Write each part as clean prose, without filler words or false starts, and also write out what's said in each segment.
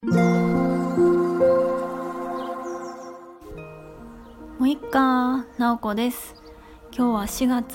もういっか、なおこです。今日は4月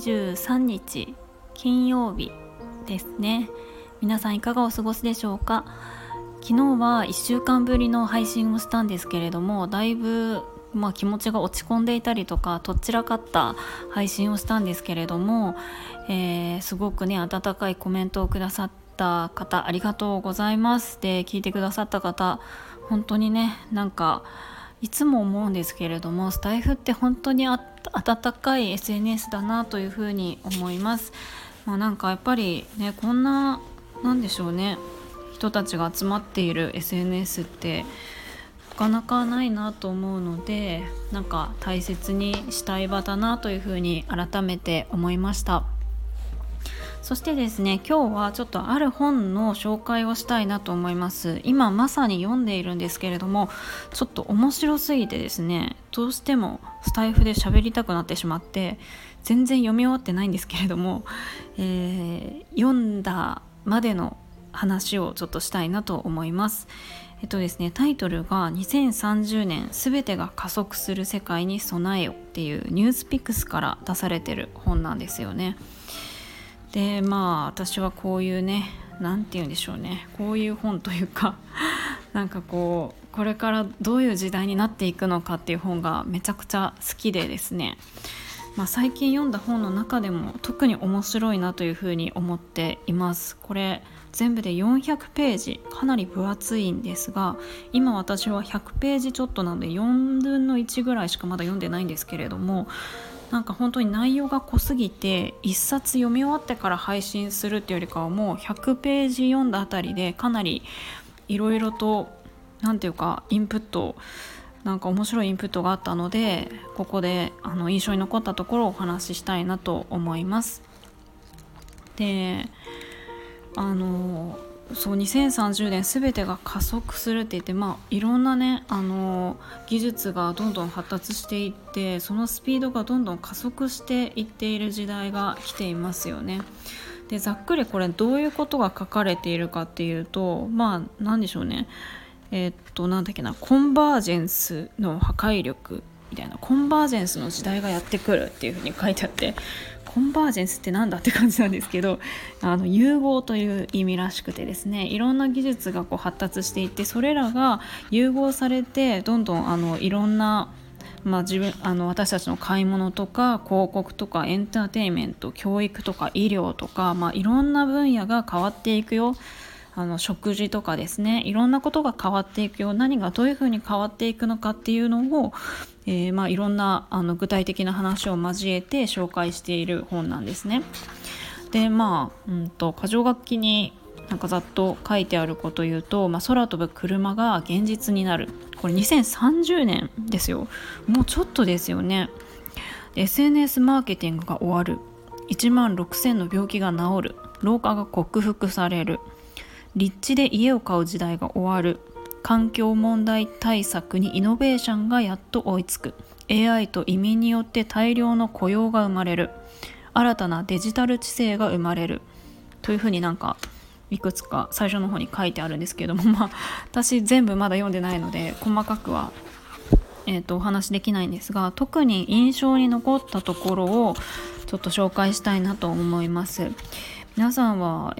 23日金曜日ですね。皆さんいかがお過ごしでしょうか。昨日は1週間ぶりの配信をしたんですけれども、だいぶ気持ちが落ち込んでいたりとか、とっちらかった配信をしたんですけれども、すごくね温かいコメントをくださった方ありがとうございます。で、聞いてくださった方本当にね、いつも思うんですけれども、スタイフって本当に温かい SNS だなというふうに思います。やっぱりね、こんなでしょうね、人たちが集まっている SNS ってなかなかないなと思うので、大切にしたい場だなというふうに改めて思いました。そしてですね、今日はちょっとある本の紹介をしたいなと思います。今まさに読んでいるんですけれども、ちょっと面白すぎてですね、どうしてもスタイフで喋りたくなってしまって、全然読み終わってないんですけれども、読んだまでの話をちょっとしたいなと思います。ですね、タイトルが2030年すべてが加速する世界に備えよっていうニュースピックスから出されてる本なんですよね。で、私はこういうね、なんて言うんでしょうね、こういう本というかこれからどういう時代になっていくのかっていう本がめちゃくちゃ好きでですね、最近読んだ本の中でも特に面白いなというふうに思っています。これ全部で400ページ、かなり分厚いんですが、今私は100ページちょっとなので4分の1ぐらいしかまだ読んでないんですけれども、本当に内容が濃すぎて、一冊読み終わってから配信するっていうよりかは、もう100ページ読んだあたりでかなりいろいろとインプット、面白いインプットがあったので、ここで印象に残ったところをお話ししたいなと思います。で、2030年全てが加速するって言って、いろんなね、技術がどんどん発達していって、そのスピードがどんどん加速していっている時代が来ていますよね。で、ざっくりこれどういうことが書かれているかっていうと、なんでしょうね、コンバージェンスの破壊力みたいな、コンバージェンスの時代がやってくるっていうふうに書いてあって、コンバージェンスってなんだって感じなんですけど、融合という意味らしくてですね、いろんな技術が発達していって、それらが融合されて、どんどんいろんな私たちの買い物とか広告とかエンターテインメント、教育とか医療とか、いろんな分野が変わっていくよ。食事とかですね、いろんなことが変わっていくよ。何がどういうふうに変わっていくのかっていうのを、いろんな具体的な話を交えて紹介している本なんですね。で、箇条書きにざっと書いてあることを言うと、空飛ぶ車が現実になる。これ2030年ですよ。もうちょっとですよね。SNS マーケティングが終わる。1万6000の病気が治る。老化が克服される。立地で家を買う時代が終わる。環境問題対策にイノベーションがやっと追いつく。 AI と移民によって大量の雇用が生まれる。新たなデジタル知性が生まれる。というふうにいくつか最初の方に書いてあるんですけども、私全部まだ読んでないので細かくはお話できないんですが、特に印象に残ったところをちょっと紹介したいなと思います。皆さんは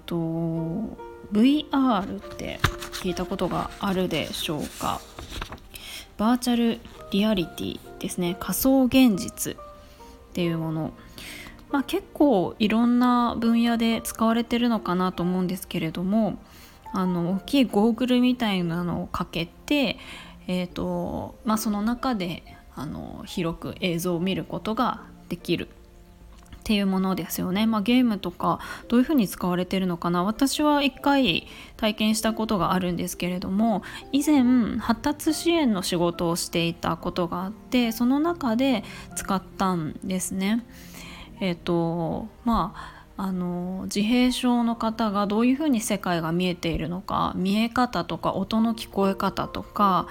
VR って聞いたことがあるでしょうか。バーチャルリアリティですね。仮想現実っていうもの、結構いろんな分野で使われてるのかなと思うんですけれども、大きいゴーグルみたいなのをかけて、その中で広く映像を見ることができるっていうものですよね。ゲームとかどういうふうに使われてるのかな。私は一回体験したことがあるんですけれども、以前発達支援の仕事をしていたことがあって、その中で使ったんですね。自閉症の方がどういうふうに世界が見えているのか、見え方とか音の聞こえ方とか、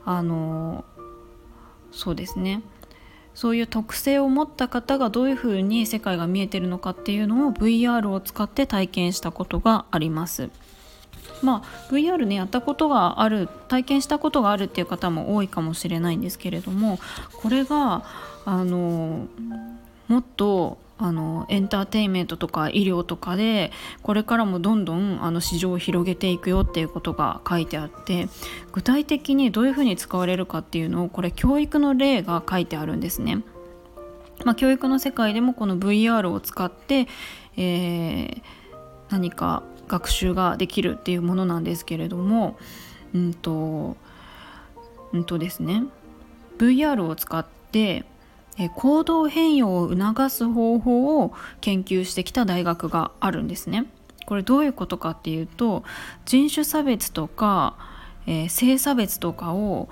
そうですね、そういう特性を持った方がどういうふうに世界が見えているのかっていうのを VR を使って体験したことがあります。 VR ねやったことがある、体験したことがあるっていう方も多いかもしれないんですけれども、これがもっとエンターテインメントとか医療とかでこれからもどんどん市場を広げていくよっていうことが書いてあって、具体的にどういうふうに使われるかっていうのを、これ教育の例が書いてあるんですね。教育の世界でもこの VR を使って、何か学習ができるっていうものなんですけれども、ですね VR を使って行動変容を促す方法を研究してきた大学があるんですね。これどういうことかっていうと、人種差別とか、性差別とかを、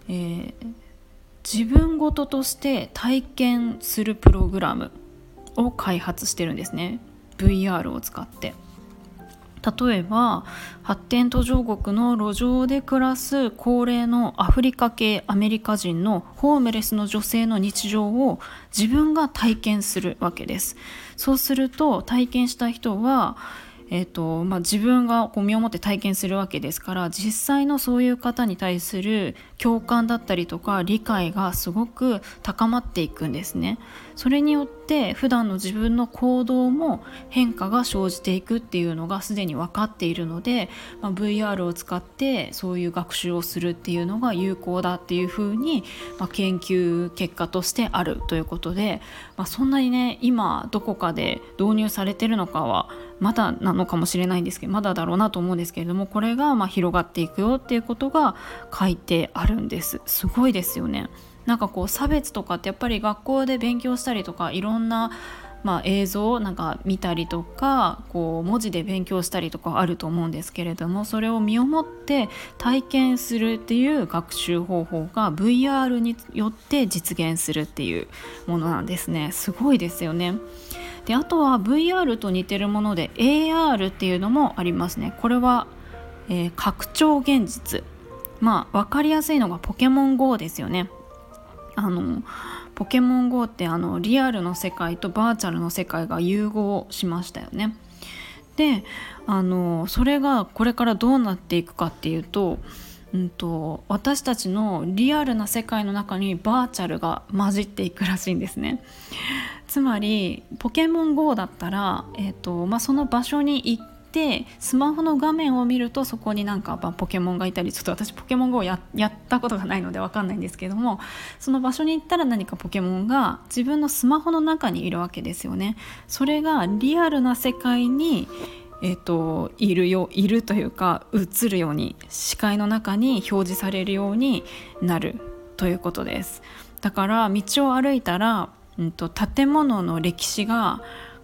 自分ごととして体験するプログラムを開発してるんですね、 VR を使って。例えば発展途上国の路上で暮らす高齢のアフリカ系アメリカ人のホームレスの女性の日常を自分が体験するわけです。そうすると体験した人は自分が身をもって体験するわけですから、実際のそういう方に対する共感だったりとか理解がすごく高まっていくんですね。それによって普段の自分の行動も変化が生じていくっていうのがすでに分かっているので、VR を使ってそういう学習をするっていうのが有効だっていうふうに、研究結果としてあるということで、そんなにね今どこかで導入されてるのかはまだなのかもしれないんですけど、まだだろうなと思うんですけれども、これが広がっていくよっていうことが書いてあるんです。すごいですよね。なんか差別とかってやっぱり学校で勉強したりとかいろんな、映像を見たりとか文字で勉強したりとかあると思うんですけれども、それを身をもって体験するっていう学習方法が VR によって実現するっていうものなんですね。すごいですよね。であとは VR と似てるもので AR っていうのもありますね。これは、拡張現実、分かりやすいのがポケモン GO ですよね。ポケモン GO ってリアルの世界とバーチャルの世界が融合しましたよね。でそれがこれからどうなっていくかっていうと、私たちのリアルな世界の中にバーチャルが混じっていくらしいんですね。つまりポケモン GO だったら、その場所に行ってスマホの画面を見るとそこにポケモンがいたり、ちょっと私ポケモン GO をやったことがないので分かんないんですけども、その場所に行ったら何かポケモンが自分のスマホの中にいるわけですよね。それがリアルな世界にいるというか映るように視界の中に表示されるようになるということです。だから道を歩いたら、建物の歴史が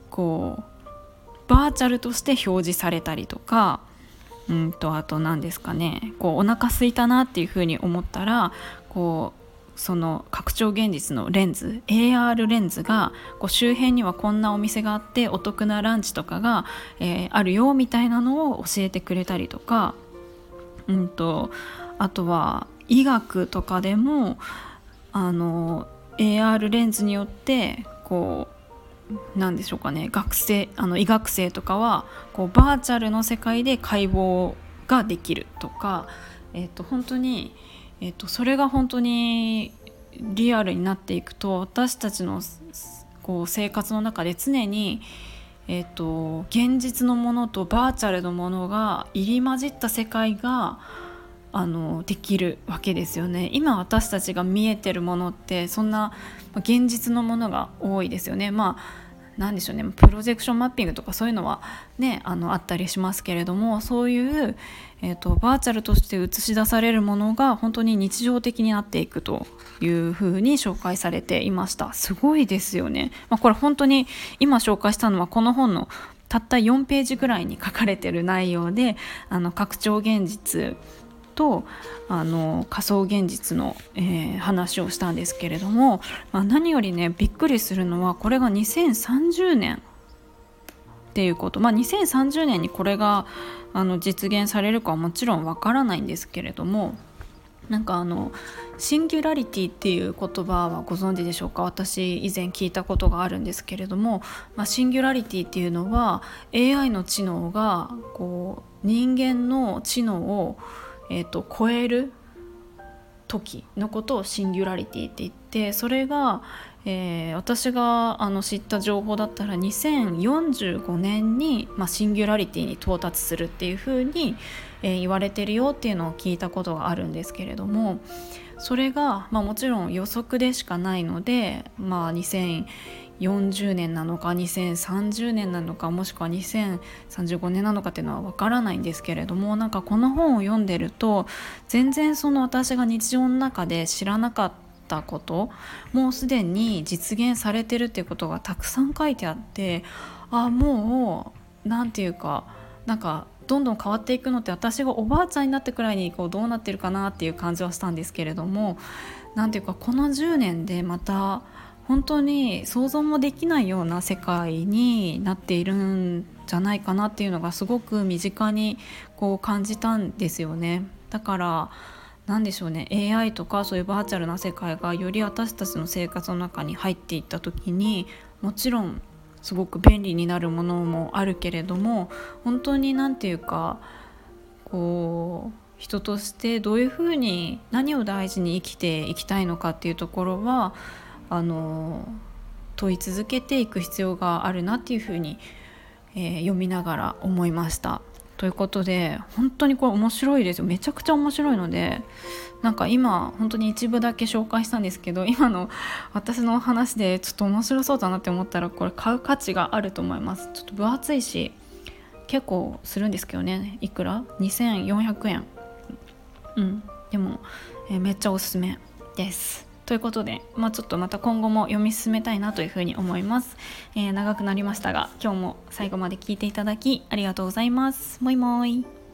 バーチャルとして表示されたりとか、あと何ですかね、お腹空いたなっていう風に思ったらその拡張現実のレンズ AR レンズが周辺にはこんなお店があってお得なランチとかが、あるよみたいなのを教えてくれたりとか、あとは医学とかでもAR レンズによってなんでしょうかね、医学生とかはバーチャルの世界で解剖ができるとか、本当にそれが本当にリアルになっていくと、私たちの生活の中で常に、現実のものとバーチャルのものが入り混じった世界ができるわけですよね。今私たちが見えてるものってそんな現実のものが多いですよね。なんでしょうね、プロジェクションマッピングとかそういうのはねあったりしますけれども、そういう、バーチャルとして映し出されるものが本当に日常的になっていくというふうに紹介されていました。すごいですよね。これ本当に今紹介したのはこの本のたった4ページぐらいに書かれている内容で、拡張現実と仮想現実の、話をしたんですけれども、何よりねびっくりするのはこれが2030年っていうこと。2030年にこれが実現されるかはもちろんわからないんですけれども、シンギュラリティっていう言葉はご存知でしょうか。私以前聞いたことがあるんですけれども、シンギュラリティっていうのは AI の知能が人間の知能を、超える時のことをシンギュラリティって言って、それが、私が知った情報だったら2045年に、シンギュラリティに到達するっていう風に、言われてるよっていうのを聞いたことがあるんですけれども、それが、もちろん予測でしかないので、2040年なのか2030年なのか、もしくは2035年なのかっていうのはわからないんですけれども、なんかこの本を読んでると全然その私が日常の中で知らなかったこともうすでに実現されてるっていうことがたくさん書いてあって、もうなんていうか、なんかどんどん変わっていくのって私がおばあちゃんになってくらいにどうなってるかなっていう感じはしたんですけれども、なんていうかこの10年でまた本当に想像もできないような世界になっているんじゃないかなっていうのがすごく身近に感じたんですよね。だからなんでしょうね、 AI とかそういうバーチャルな世界がより私たちの生活の中に入っていった時に、もちろんすごく便利になるものもあるけれども、本当になんていうか人としてどういうふうに何を大事に生きていきたいのかっていうところは問い続けていく必要があるなっていうふうに、読みながら思いました。ということで本当にこれ面白いですよ。めちゃくちゃ面白いので、なんか今本当に一部だけ紹介したんですけど、今の私の話でちょっと面白そうだなって思ったらこれ買う価値があると思います。ちょっと分厚いし結構するんですけどね。いくら ?2400 円。でも、めっちゃおすすめです。ということで、ちょっとまた今後も読み進めたいなというふうに思います。長くなりましたが今日も最後まで聞いていただきありがとうございます。もいもい。